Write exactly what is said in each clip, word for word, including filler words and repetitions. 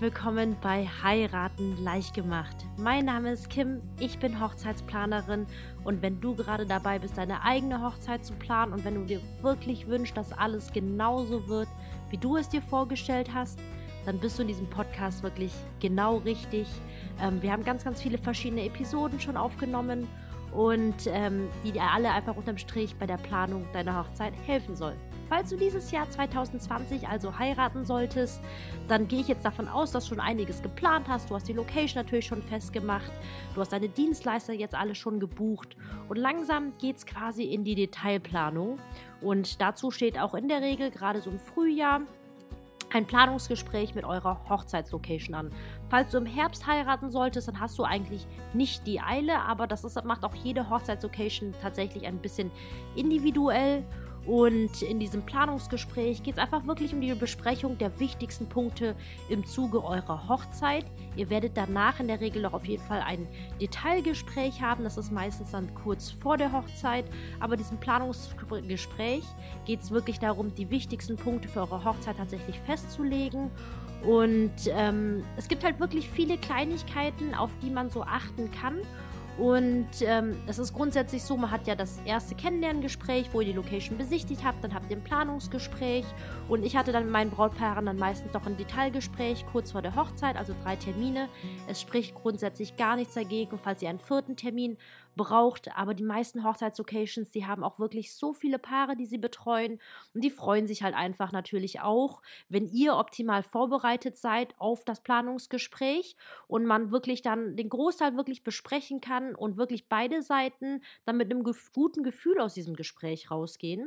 willkommen bei Heiraten leicht gemacht. Mein Name ist Kim, ich bin Hochzeitsplanerin und wenn du gerade dabei bist, deine eigene Hochzeit zu planen und wenn du dir wirklich wünschst, dass alles genauso wird, wie du es dir vorgestellt hast, dann bist du in diesem Podcast wirklich genau richtig. Ähm, wir haben ganz, ganz viele verschiedene Episoden schon aufgenommen und ähm, die dir alle einfach unterm Strich bei der Planung deiner Hochzeit helfen sollen. Falls du dieses Jahr zwanzig zwanzig also heiraten solltest, dann gehe ich jetzt davon aus, dass du schon einiges geplant hast. Du hast die Location natürlich schon festgemacht, du hast deine Dienstleister jetzt alle schon gebucht und langsam geht es quasi in die Detailplanung. Und dazu steht auch in der Regel gerade so im Frühjahr ein Planungsgespräch mit eurer Hochzeitslocation an. Falls du im Herbst heiraten solltest, dann hast du eigentlich nicht die Eile, aber das ist, macht auch jede Hochzeitslocation tatsächlich ein bisschen individuell. Und in diesem Planungsgespräch geht es einfach wirklich um die Besprechung der wichtigsten Punkte im Zuge eurer Hochzeit. Ihr werdet danach in der Regel auch auf jeden Fall ein Detailgespräch haben. Das ist meistens dann kurz vor der Hochzeit. Aber in diesem Planungsgespräch geht es wirklich darum, die wichtigsten Punkte für eure Hochzeit tatsächlich festzulegen. Und ähm, es gibt halt wirklich viele Kleinigkeiten, auf die man so achten kann. Und ähm, es ist grundsätzlich so, man hat ja das erste Kennenlerngespräch, wo ihr die Location besichtigt habt, dann habt ihr ein Planungsgespräch und ich hatte dann mit meinen Brautpaaren dann meistens doch ein Detailgespräch kurz vor der Hochzeit, also drei Termine. Es spricht grundsätzlich gar nichts dagegen, falls ihr einen vierten Termin braucht, aber die meisten Hochzeitslocations, die haben auch wirklich so viele Paare, die sie betreuen und die freuen sich halt einfach natürlich auch, wenn ihr optimal vorbereitet seid auf das Planungsgespräch und man wirklich dann den Großteil wirklich besprechen kann und wirklich beide Seiten dann mit einem gef- guten Gefühl aus diesem Gespräch rausgehen.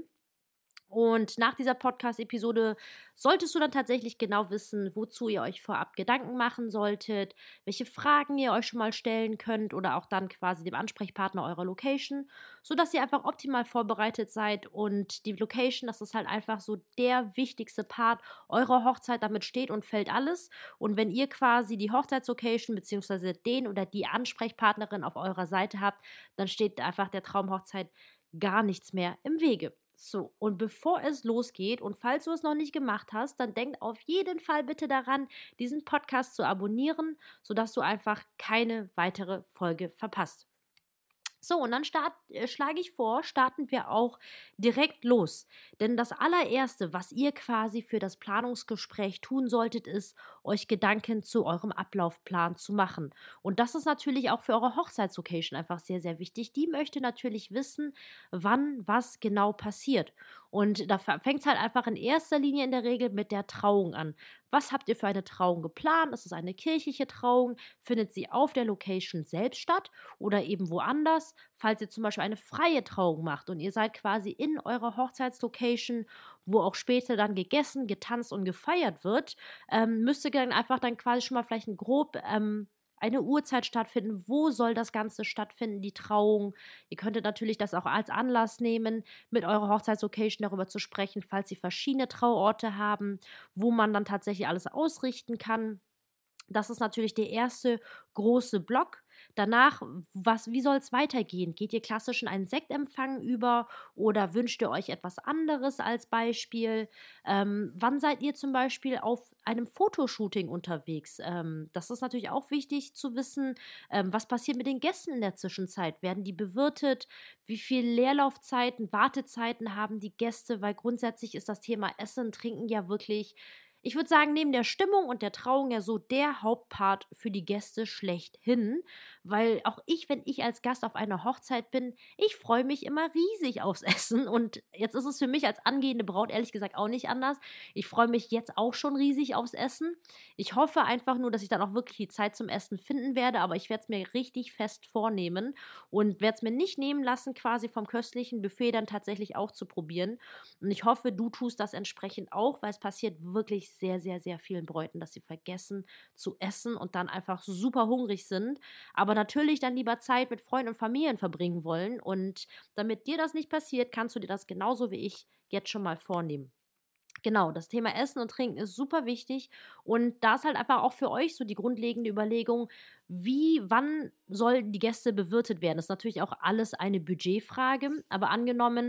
Und nach dieser Podcast-Episode solltest du dann tatsächlich genau wissen, wozu ihr euch vorab Gedanken machen solltet, welche Fragen ihr euch schon mal stellen könnt oder auch dann quasi dem Ansprechpartner eurer Location, sodass ihr einfach optimal vorbereitet seid und die Location, das ist halt einfach so der wichtigste Part eurer Hochzeit, damit steht und fällt alles. Und wenn ihr quasi die Hochzeitslocation bzw. den oder die Ansprechpartnerin auf eurer Seite habt, dann steht einfach der Traumhochzeit gar nichts mehr im Wege. So, und bevor es losgeht und falls du es noch nicht gemacht hast, dann denk auf jeden Fall bitte daran, diesen Podcast zu abonnieren, sodass du einfach keine weitere Folge verpasst. So, und dann start, äh, schlage ich vor, starten wir auch direkt los. Denn das allererste, was ihr quasi für das Planungsgespräch tun solltet, ist, euch Gedanken zu eurem Ablaufplan zu machen. Und das ist natürlich auch für eure Hochzeitslocation einfach sehr, sehr wichtig. Die möchte natürlich wissen, wann was genau passiert. Und da fängt es halt einfach in erster Linie in der Regel mit der Trauung an. Was habt ihr für eine Trauung geplant? Ist es eine kirchliche Trauung? Findet sie auf der Location selbst statt oder eben woanders? Falls ihr zum Beispiel eine freie Trauung macht und ihr seid quasi in eurer Hochzeitslocation, wo auch später dann gegessen, getanzt und gefeiert wird, ähm, müsst ihr dann einfach dann quasi schon mal vielleicht ein grob ähm, eine Uhrzeit stattfinden. Wo soll das Ganze stattfinden, die Trauung? Ihr könntet natürlich das auch als Anlass nehmen, mit eurer Hochzeitslocation darüber zu sprechen, falls sie verschiedene Trauorte haben, wo man dann tatsächlich alles ausrichten kann. Das ist natürlich der erste große Block. Danach, was, wie soll es weitergehen? Geht ihr klassisch in einen Sektempfang über oder wünscht ihr euch etwas anderes als Beispiel? Ähm, wann seid ihr zum Beispiel auf einem Fotoshooting unterwegs? Ähm, das ist natürlich auch wichtig zu wissen. Ähm, was passiert mit den Gästen in der Zwischenzeit? Werden die bewirtet? Wie viel Leerlaufzeiten, Wartezeiten haben die Gäste? Weil grundsätzlich ist das Thema Essen, Trinken ja wirklich, ich würde sagen, neben der Stimmung und der Trauung ja so der Hauptpart für die Gäste schlechthin, weil auch ich, wenn ich als Gast auf einer Hochzeit bin, ich freue mich immer riesig aufs Essen und jetzt ist es für mich als angehende Braut ehrlich gesagt auch nicht anders. Ich freue mich jetzt auch schon riesig aufs Essen. Ich hoffe einfach nur, dass ich dann auch wirklich die Zeit zum Essen finden werde, aber ich werde es mir richtig fest vornehmen und werde es mir nicht nehmen lassen, quasi vom köstlichen Buffet dann tatsächlich auch zu probieren. Und ich hoffe, du tust das entsprechend auch, weil es passiert wirklich sehr, sehr, sehr vielen Bräuten, dass sie vergessen zu essen und dann einfach super hungrig sind, aber natürlich dann lieber Zeit mit Freunden und Familien verbringen wollen. Und damit dir das nicht passiert, kannst du dir das genauso wie ich jetzt schon mal vornehmen. Genau, das Thema Essen und Trinken ist super wichtig und da ist halt einfach auch für euch so die grundlegende Überlegung, wie, wann sollen die Gäste bewirtet werden? Das ist natürlich auch alles eine Budgetfrage, aber angenommen,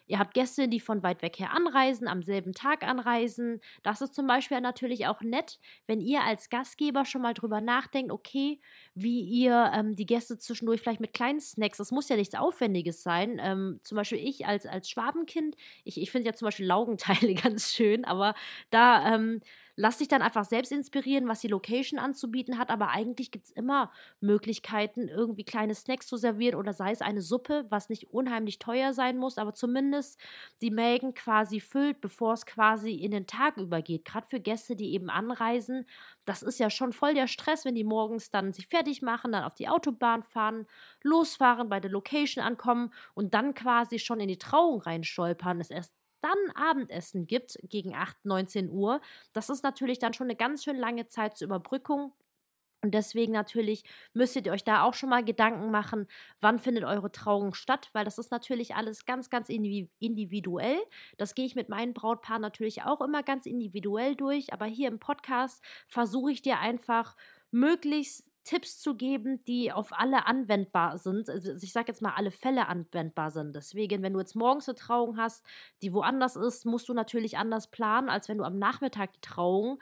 Ihr habt Gäste, die von weit weg her anreisen, am selben Tag anreisen. Das ist zum Beispiel natürlich auch nett, wenn ihr als Gastgeber schon mal drüber nachdenkt, okay, wie ihr ähm, die Gäste zwischendurch vielleicht mit kleinen Snacks, das muss ja nichts Aufwendiges sein. Ähm, zum Beispiel ich als, als Schwabenkind, ich, ich finde ja zum Beispiel Laugenteile ganz schön, aber da ähm, lass dich dann einfach selbst inspirieren, was die Location anzubieten hat, aber eigentlich gibt es immer Möglichkeiten, irgendwie kleine Snacks zu servieren oder sei es eine Suppe, was nicht unheimlich teuer sein muss, aber zumindest die Mägen quasi füllt, bevor es quasi in den Tag übergeht. Gerade für Gäste, die eben anreisen, das ist ja schon voll der Stress, wenn die morgens dann sich fertig machen, dann auf die Autobahn fahren, losfahren, bei der Location ankommen und dann quasi schon in die Trauung reinstolpern, es erst dann Abendessen gibt gegen acht, neunzehn Uhr. Das ist natürlich dann schon eine ganz schön lange Zeit zur Überbrückung. Und deswegen natürlich müsstet ihr euch da auch schon mal Gedanken machen, wann findet eure Trauung statt, weil das ist natürlich alles ganz, ganz individuell. Das gehe ich mit meinen Brautpaaren natürlich auch immer ganz individuell durch, aber hier im Podcast versuche ich dir einfach möglichst Tipps zu geben, die auf alle anwendbar sind. Also ich sage jetzt mal, alle Fälle anwendbar sind. Deswegen, wenn du jetzt morgens eine Trauung hast, die woanders ist, musst du natürlich anders planen, als wenn du am Nachmittag die Trauung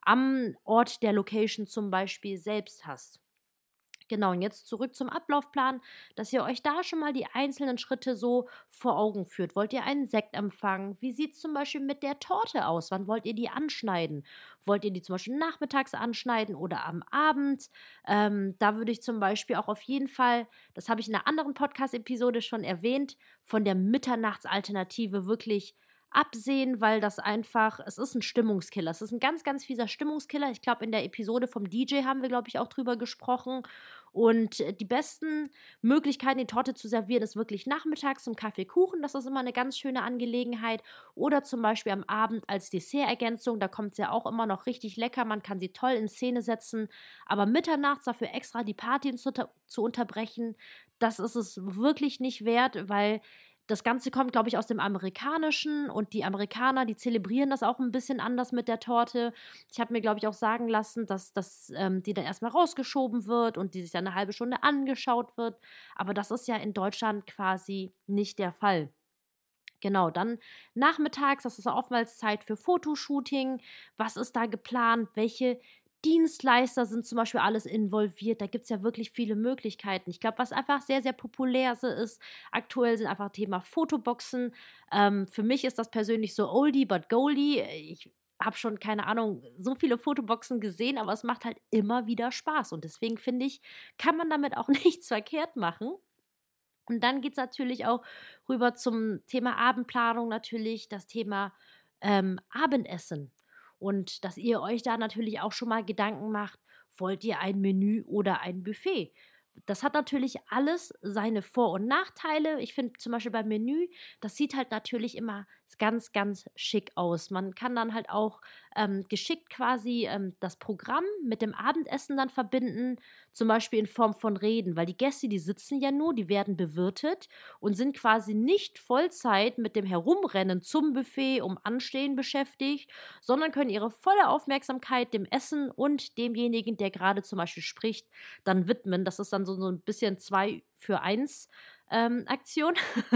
am Ort der Location zum Beispiel selbst hast. Genau, und jetzt zurück zum Ablaufplan, dass ihr euch da schon mal die einzelnen Schritte so vor Augen führt. Wollt ihr einen Sekt empfangen? Wie sieht es zum Beispiel mit der Torte aus? Wann wollt ihr die anschneiden? Wollt ihr die zum Beispiel nachmittags anschneiden oder am Abend? Ähm, da würde ich zum Beispiel auch auf jeden Fall, das habe ich in einer anderen Podcast-Episode schon erwähnt, von der Mitternachtsalternative wirklich absehen, weil das einfach, es ist ein Stimmungskiller. Es ist ein ganz, ganz fieser Stimmungskiller. Ich glaube, in der Episode vom D J haben wir, glaube ich, auch drüber gesprochen. Und äh, die besten Möglichkeiten, die Torte zu servieren, ist wirklich nachmittags zum Kaffeekuchen. Das ist immer eine ganz schöne Angelegenheit. Oder zum Beispiel am Abend als Dessertergänzung. Da kommt es ja auch immer noch richtig lecker. Man kann sie toll in Szene setzen. Aber mitternachts dafür extra die Party zu, zu unterbrechen, das ist es wirklich nicht wert, weil das Ganze kommt, glaube ich, aus dem Amerikanischen und die Amerikaner, die zelebrieren das auch ein bisschen anders mit der Torte. Ich habe mir, glaube ich, auch sagen lassen, dass, dass ähm, die dann erstmal rausgeschoben wird und die sich dann eine halbe Stunde angeschaut wird. Aber das ist ja in Deutschland quasi nicht der Fall. Genau, dann nachmittags, das ist oftmals Zeit für Fotoshooting. Was ist da geplant? Welche Dienstleister sind zum Beispiel alles involviert? Da gibt es ja wirklich viele Möglichkeiten. Ich glaube, was einfach sehr, sehr populär ist, aktuell sind einfach Thema Fotoboxen. Ähm, für mich ist das persönlich so oldie but goldie. Ich habe schon, keine Ahnung, so viele Fotoboxen gesehen, aber es macht halt immer wieder Spaß. Und deswegen finde ich, kann man damit auch nichts verkehrt machen. Und dann geht es natürlich auch rüber zum Thema Abendplanung, natürlich das Thema ähm, Abendessen. Und dass ihr euch da natürlich auch schon mal Gedanken macht, wollt ihr ein Menü oder ein Buffet? Das hat natürlich alles seine Vor- und Nachteile. Ich finde zum Beispiel beim Menü, das sieht halt natürlich immer ganz, ganz schick aus. Man kann dann halt auch ähm, geschickt quasi ähm, das Programm mit dem Abendessen dann verbinden, zum Beispiel in Form von Reden, weil die Gäste, die sitzen ja nur, die werden bewirtet und sind quasi nicht Vollzeit mit dem Herumrennen zum Buffet um Anstehen beschäftigt, sondern können ihre volle Aufmerksamkeit dem Essen und demjenigen, der gerade zum Beispiel spricht, dann widmen. Das ist dann so, so ein bisschen zwei für eins ähm, Aktion.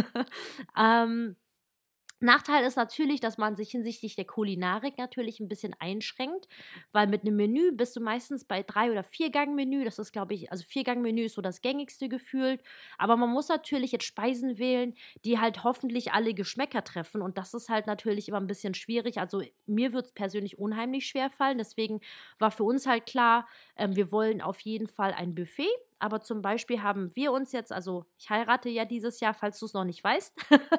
ähm, Nachteil ist natürlich, dass man sich hinsichtlich der Kulinarik natürlich ein bisschen einschränkt, weil mit einem Menü bist du meistens bei drei oder Vier-Gang-Menü. Das ist, glaube ich, also Vier-Gang-Menü ist so das gängigste gefühlt. Aber man muss natürlich jetzt Speisen wählen, die halt hoffentlich alle Geschmäcker treffen. Und das ist halt natürlich immer ein bisschen schwierig. Also mir wird es persönlich unheimlich schwer fallen. Deswegen war für uns halt klar, ähm, wir wollen auf jeden Fall ein Buffet. Aber zum Beispiel haben wir uns jetzt, also ich heirate ja dieses Jahr, falls du es noch nicht weißt.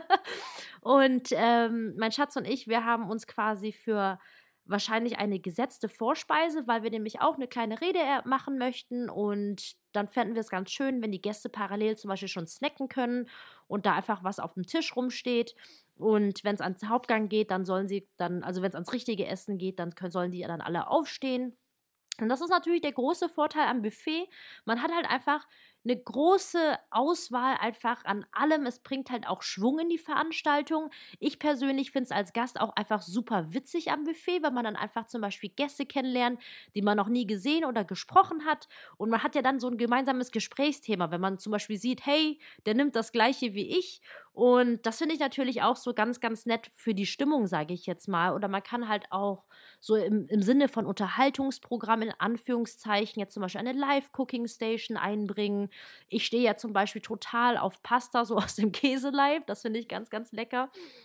Und ähm, mein Schatz und ich, wir haben uns quasi für wahrscheinlich eine gesetzte Vorspeise, weil wir nämlich auch eine kleine Rede machen möchten und dann fänden wir es ganz schön, wenn die Gäste parallel zum Beispiel schon snacken können und da einfach was auf dem Tisch rumsteht. Und wenn es ans Hauptgang geht, dann sollen sie dann, also wenn es ans richtige Essen geht, dann können, sollen die ja dann alle aufstehen. Und das ist natürlich der große Vorteil am Buffet. Man hat halt einfach eine große Auswahl einfach an allem. Es bringt halt auch Schwung in die Veranstaltung. Ich persönlich finde es als Gast auch einfach super witzig am Buffet, weil man dann einfach zum Beispiel Gäste kennenlernt, die man noch nie gesehen oder gesprochen hat. Und man hat ja dann so ein gemeinsames Gesprächsthema, wenn man zum Beispiel sieht, hey, der nimmt das Gleiche wie ich. Und das finde ich natürlich auch so ganz, ganz nett für die Stimmung, sage ich jetzt mal. Oder man kann halt auch so im, im Sinne von Unterhaltungsprogramm in Anführungszeichen jetzt zum Beispiel eine Live-Cooking-Station einbringen. Ich stehe ja zum Beispiel total auf Pasta, so aus dem Käseleib. Das finde ich ganz, ganz lecker.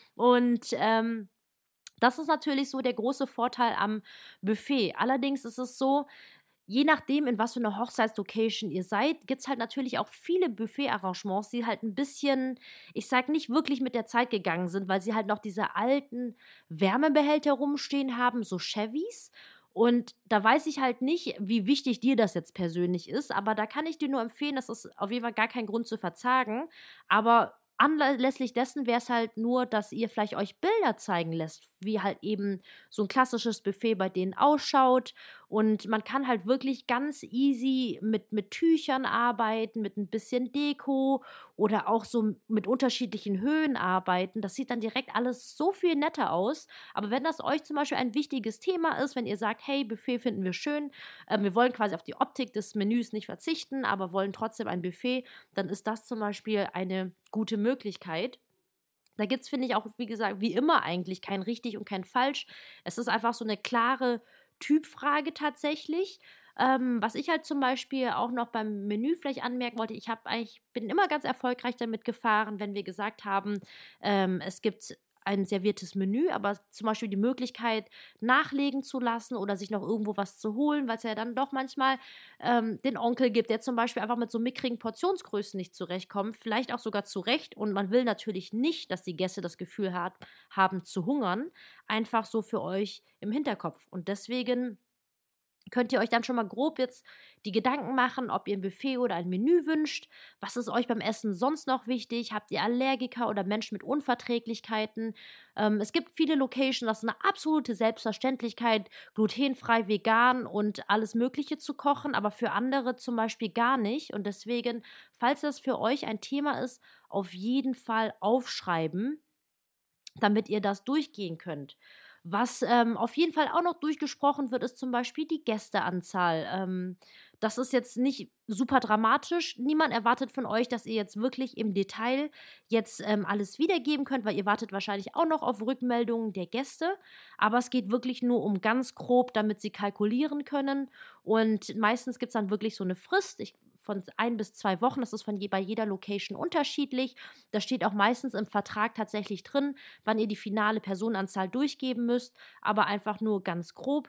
Und ähm, das ist natürlich so der große Vorteil am Buffet. Allerdings ist es so, je nachdem, in was für eine Hochzeitslocation ihr seid, gibt es halt natürlich auch viele Buffet-Arrangements, die halt ein bisschen, ich sag nicht wirklich mit der Zeit gegangen sind, weil sie halt noch diese alten Wärmebehälter rumstehen haben, so Chevys. Und da weiß ich halt nicht, wie wichtig dir das jetzt persönlich ist, aber da kann ich dir nur empfehlen, das ist auf jeden Fall gar kein Grund zu verzagen. Aber anlässlich dessen wäre es halt nur, dass ihr vielleicht euch Bilder zeigen lässt, wie halt eben so ein klassisches Buffet bei denen ausschaut. Und man kann halt wirklich ganz easy mit, mit Tüchern arbeiten, mit ein bisschen Deko oder auch so mit unterschiedlichen Höhen arbeiten. Das sieht dann direkt alles so viel netter aus. Aber wenn das euch zum Beispiel ein wichtiges Thema ist, wenn ihr sagt, hey, Buffet finden wir schön, äh, wir wollen quasi auf die Optik des Menüs nicht verzichten, aber wollen trotzdem ein Buffet, dann ist das zum Beispiel eine gute Möglichkeit. Da gibt es, finde ich, auch, wie gesagt, wie immer eigentlich kein richtig und kein falsch. Es ist einfach so eine klare Typfrage tatsächlich. Ähm, was ich halt zum Beispiel auch noch beim Menü vielleicht anmerken wollte, ich habe eigentlich, bin immer ganz erfolgreich damit gefahren, wenn wir gesagt haben, ähm, es gibt ein serviertes Menü, aber zum Beispiel die Möglichkeit, nachlegen zu lassen oder sich noch irgendwo was zu holen, weil es ja dann doch manchmal ähm, den Onkel gibt, der zum Beispiel einfach mit so mickrigen Portionsgrößen nicht zurechtkommt, vielleicht auch sogar zurecht. Und man will natürlich nicht, dass die Gäste das Gefühl hat, haben zu hungern, einfach so für euch im Hinterkopf. Und deswegen könnt ihr euch dann schon mal grob jetzt die Gedanken machen, ob ihr ein Buffet oder ein Menü wünscht. Was ist euch beim Essen sonst noch wichtig? Habt ihr Allergiker oder Menschen mit Unverträglichkeiten? Ähm, es gibt viele Locations, das ist eine absolute Selbstverständlichkeit, glutenfrei, vegan und alles Mögliche zu kochen, aber für andere zum Beispiel gar nicht. Und deswegen, falls das für euch ein Thema ist, auf jeden Fall aufschreiben, damit ihr das durchgehen könnt. Was ähm, auf jeden Fall auch noch durchgesprochen wird, ist zum Beispiel die Gästeanzahl. Ähm, das ist jetzt nicht super dramatisch. Niemand erwartet von euch, dass ihr jetzt wirklich im Detail jetzt ähm, alles wiedergeben könnt, weil ihr wartet wahrscheinlich auch noch auf Rückmeldungen der Gäste. Aber es geht wirklich nur um ganz grob, damit sie kalkulieren können. Und meistens gibt es dann wirklich so eine Frist. Ich von ein bis zwei Wochen, das ist von je, bei jeder Location unterschiedlich. Da steht auch meistens im Vertrag tatsächlich drin, wann ihr die finale Personenanzahl durchgeben müsst, aber einfach nur ganz grob.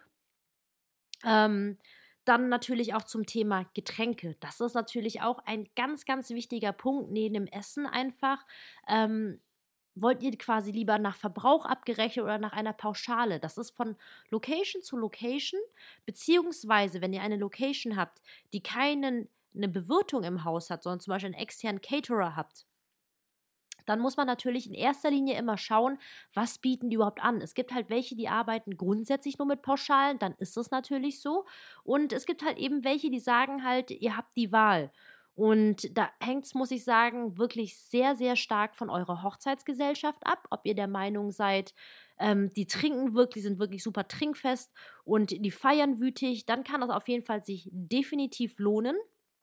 Ähm, dann natürlich auch zum Thema Getränke. Das ist natürlich auch ein ganz, ganz wichtiger Punkt neben dem Essen einfach. Ähm, wollt ihr quasi lieber nach Verbrauch abgerechnet oder nach einer Pauschale? Das ist von Location zu Location, beziehungsweise wenn ihr eine Location habt, die keinen eine Bewirtung im Haus hat, sondern zum Beispiel einen externen Caterer habt, dann muss man natürlich in erster Linie immer schauen, was bieten die überhaupt an. Es gibt halt welche, die arbeiten grundsätzlich nur mit Pauschalen, dann ist es natürlich so. Und es gibt halt eben welche, die sagen halt, ihr habt die Wahl. Und da hängt es, muss ich sagen, wirklich sehr, sehr stark von eurer Hochzeitsgesellschaft ab, ob ihr der Meinung seid, ähm, die trinken wirklich, sind wirklich super trinkfest und die feiern wütig, dann kann das auf jeden Fall sich definitiv lohnen.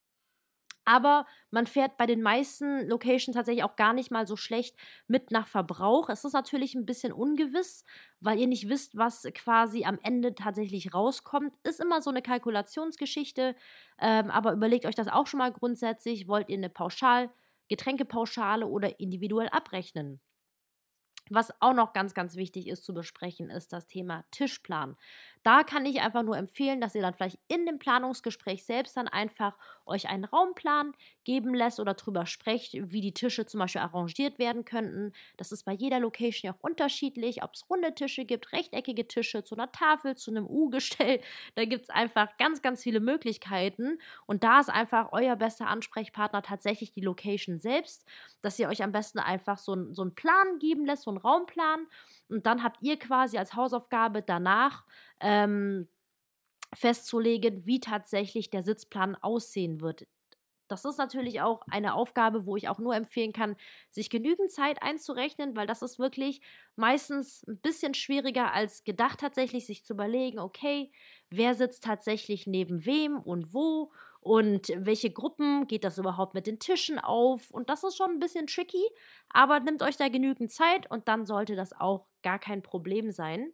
Aber man fährt bei den meisten Locations tatsächlich auch gar nicht mal so schlecht mit nach Verbrauch. Es ist natürlich ein bisschen ungewiss, weil ihr nicht wisst, was quasi am Ende tatsächlich rauskommt. Ist immer so eine Kalkulationsgeschichte, ähm, aber überlegt euch das auch schon mal grundsätzlich. Wollt ihr eine Pauschal, Getränkepauschale oder individuell abrechnen? Was auch noch ganz, ganz wichtig ist zu besprechen, ist das Thema Tischplan. Da kann ich einfach nur empfehlen, dass ihr dann vielleicht in dem Planungsgespräch selbst dann einfach euch einen Raumplan geben lässt oder drüber sprecht, wie die Tische zum Beispiel arrangiert werden könnten. Das ist bei jeder Location ja auch unterschiedlich, ob es runde Tische gibt, rechteckige Tische, zu einer Tafel, zu einem U-Gestell. Da gibt es einfach ganz, ganz viele Möglichkeiten. Und da ist einfach euer bester Ansprechpartner tatsächlich die Location selbst, dass ihr euch am besten einfach so, ein, so einen Plan geben lässt, so einen Raumplan. Und dann habt ihr quasi als Hausaufgabe danach ähm, festzulegen, wie tatsächlich der Sitzplan aussehen wird. Das ist natürlich auch eine Aufgabe, wo ich auch nur empfehlen kann, sich genügend Zeit einzurechnen, weil das ist wirklich meistens ein bisschen schwieriger als gedacht tatsächlich, sich zu überlegen, okay, wer sitzt tatsächlich neben wem und wo und welche Gruppen geht das überhaupt mit den Tischen auf, und das ist schon ein bisschen tricky, aber nehmt euch da genügend Zeit und dann sollte das auch gar kein Problem sein.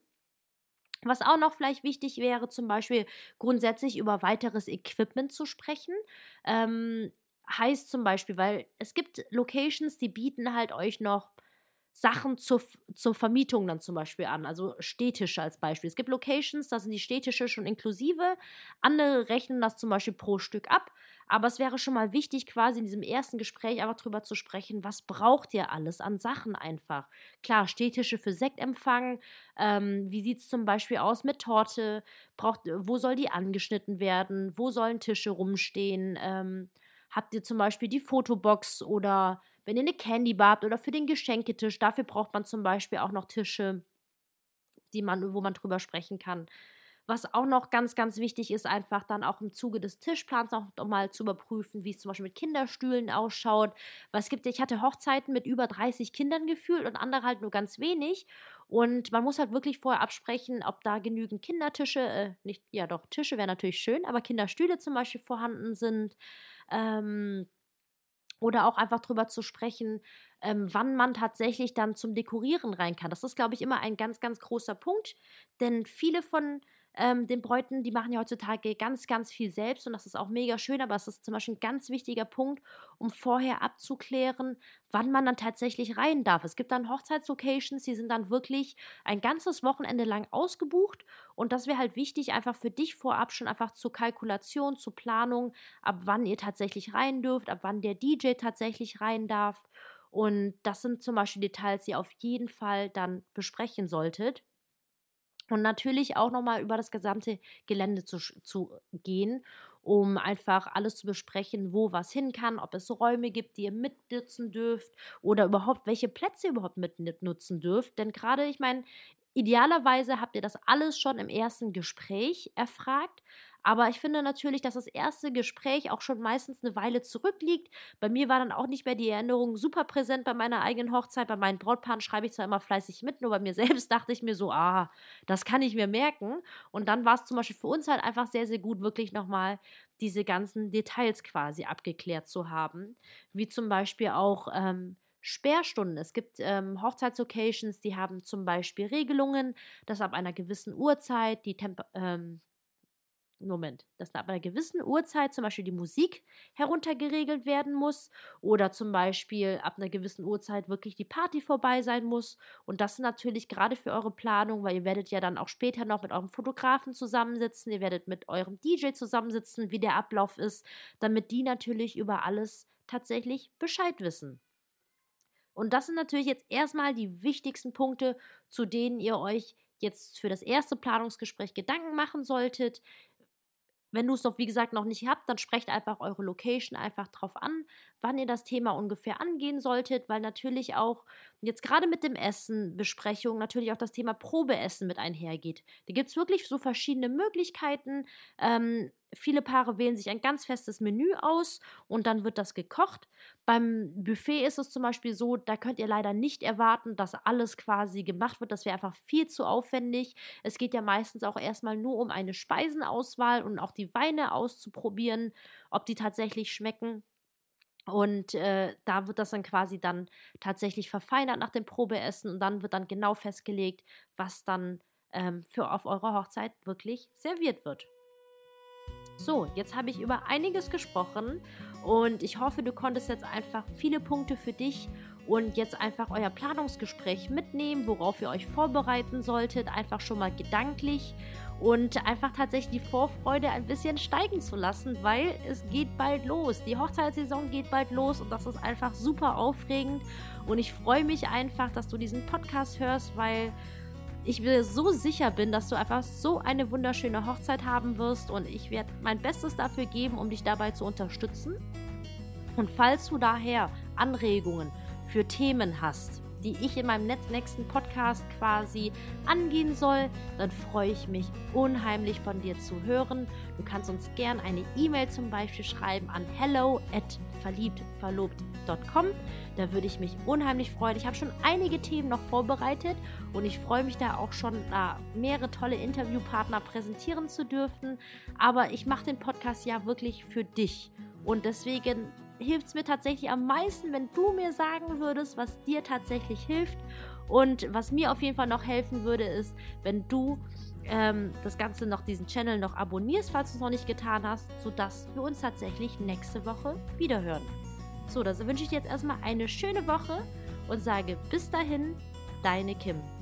Was auch noch vielleicht wichtig wäre, zum Beispiel grundsätzlich über weiteres Equipment zu sprechen. Ähm, heißt zum Beispiel, weil es gibt Locations, die bieten halt euch noch Sachen zur, zur Vermietung dann zum Beispiel an, also Stehtische als Beispiel. Es gibt Locations, da sind die Stehtische schon inklusive, andere rechnen das zum Beispiel pro Stück ab, aber es wäre schon mal wichtig, quasi in diesem ersten Gespräch einfach drüber zu sprechen, was braucht ihr alles an Sachen einfach. Klar, Stehtische für Sektempfang, ähm, wie sieht es zum Beispiel aus mit Torte, braucht, wo soll die angeschnitten werden, wo sollen Tische rumstehen, ähm, habt ihr zum Beispiel die Fotobox oder wenn ihr eine Candy Bar habt oder für den Geschenketisch, dafür braucht man zum Beispiel auch noch Tische, die man, wo man drüber sprechen kann. Was auch noch ganz, ganz wichtig ist, einfach dann auch im Zuge des Tischplans auch noch mal zu überprüfen, wie es zum Beispiel mit Kinderstühlen ausschaut. Weil es gibt, ich hatte Hochzeiten mit über dreißig Kindern gefühlt und andere halt nur ganz wenig. Und man muss halt wirklich vorher absprechen, ob da genügend Kindertische, äh, nicht, ja doch, Tische wäre natürlich schön, aber Kinderstühle zum Beispiel vorhanden sind. Ähm, Oder auch einfach drüber zu sprechen, ähm, wann man tatsächlich dann zum Dekorieren rein kann. Das ist, glaube ich, immer ein ganz, ganz großer Punkt, denn viele von ähm, den Bräuten, die machen ja heutzutage ganz, ganz viel selbst und das ist auch mega schön, aber es ist zum Beispiel ein ganz wichtiger Punkt, um vorher abzuklären, wann man dann tatsächlich rein darf. Es gibt dann Hochzeitslocations, die sind dann wirklich ein ganzes Wochenende lang ausgebucht und das wäre halt wichtig, einfach für dich vorab schon einfach zur Kalkulation, zur Planung, ab wann ihr tatsächlich rein dürft, ab wann der D J tatsächlich rein darf. Und das sind zum Beispiel Details, die ihr auf jeden Fall dann besprechen solltet. Und natürlich auch nochmal über das gesamte Gelände zu, zu gehen, um einfach alles zu besprechen, wo was hin kann, ob es Räume gibt, die ihr mitnutzen dürft oder überhaupt, welche Plätze ihr überhaupt mitnutzen dürft. Denn gerade, ich meine, idealerweise habt ihr das alles schon im ersten Gespräch erfragt. Aber ich finde natürlich, dass das erste Gespräch auch schon meistens eine Weile zurückliegt. Bei mir war dann auch nicht mehr die Erinnerung super präsent bei meiner eigenen Hochzeit. Bei meinen Brautpaaren schreibe ich zwar immer fleißig mit, nur bei mir selbst dachte ich mir so, ah, das kann ich mir merken. Und dann war es zum Beispiel für uns halt einfach sehr, sehr gut, wirklich nochmal diese ganzen Details quasi abgeklärt zu haben. Wie zum Beispiel auch ähm, Sperrstunden. Es gibt ähm, Hochzeitslocations, die haben zum Beispiel Regelungen, dass ab einer gewissen Uhrzeit die Temp ähm, Moment, dass ab einer gewissen Uhrzeit zum Beispiel die Musik heruntergeregelt werden muss oder zum Beispiel ab einer gewissen Uhrzeit wirklich die Party vorbei sein muss. Und das natürlich gerade für eure Planung, weil ihr werdet ja dann auch später noch mit eurem Fotografen zusammensitzen, ihr werdet mit eurem D J zusammensitzen, wie der Ablauf ist, damit die natürlich über alles tatsächlich Bescheid wissen. Und das sind natürlich jetzt erstmal die wichtigsten Punkte, zu denen ihr euch jetzt für das erste Planungsgespräch Gedanken machen solltet. Wenn du es doch, wie gesagt, noch nicht habt, dann sprecht einfach eure Location einfach drauf an, wann ihr das Thema ungefähr angehen solltet, weil natürlich auch jetzt gerade mit dem Essen, Besprechung, natürlich auch das Thema Probeessen mit einhergeht. Da gibt es wirklich so verschiedene Möglichkeiten. Ähm, viele Paare wählen sich ein ganz festes Menü aus und dann wird das gekocht. Beim Buffet ist es zum Beispiel so, da könnt ihr leider nicht erwarten, dass alles quasi gemacht wird. Das wäre einfach viel zu aufwendig. Es geht ja meistens auch erstmal nur um eine Speisenauswahl und auch die Weine auszuprobieren, ob die tatsächlich schmecken. Und äh, da wird das dann quasi dann tatsächlich verfeinert nach dem Probeessen und dann wird dann genau festgelegt, was dann ähm, für auf eurer Hochzeit wirklich serviert wird. So, jetzt habe ich über einiges gesprochen und ich hoffe, du konntest jetzt einfach viele Punkte für dich und jetzt einfach euer Planungsgespräch mitnehmen, worauf ihr euch vorbereiten solltet, einfach schon mal gedanklich und einfach tatsächlich die Vorfreude ein bisschen steigen zu lassen, weil es geht bald los. Die Hochzeitssaison geht bald los und das ist einfach super aufregend und ich freue mich einfach, dass du diesen Podcast hörst, weil ich mir so sicher bin, dass du einfach so eine wunderschöne Hochzeit haben wirst und ich werde mein Bestes dafür geben, um dich dabei zu unterstützen. Und falls du daher Anregungen für Themen hast, die ich in meinem nächsten Podcast quasi angehen soll, dann freue ich mich unheimlich von dir zu hören. Du kannst uns gern eine E-Mail zum Beispiel schreiben an hello at verliebtverlobt punkt com. Da würde ich mich unheimlich freuen. Ich habe schon einige Themen noch vorbereitet und ich freue mich da auch schon, da mehrere tolle Interviewpartner präsentieren zu dürfen. Aber ich mache den Podcast ja wirklich für dich und deswegen hilft es mir tatsächlich am meisten, wenn du mir sagen würdest, was dir tatsächlich hilft. Und was mir auf jeden Fall noch helfen würde, ist, wenn du ähm, das Ganze noch, diesen Channel noch abonnierst, falls du es noch nicht getan hast, sodass wir uns tatsächlich nächste Woche wiederhören. So, das wünsche ich dir jetzt erstmal eine schöne Woche und sage bis dahin, deine Kim.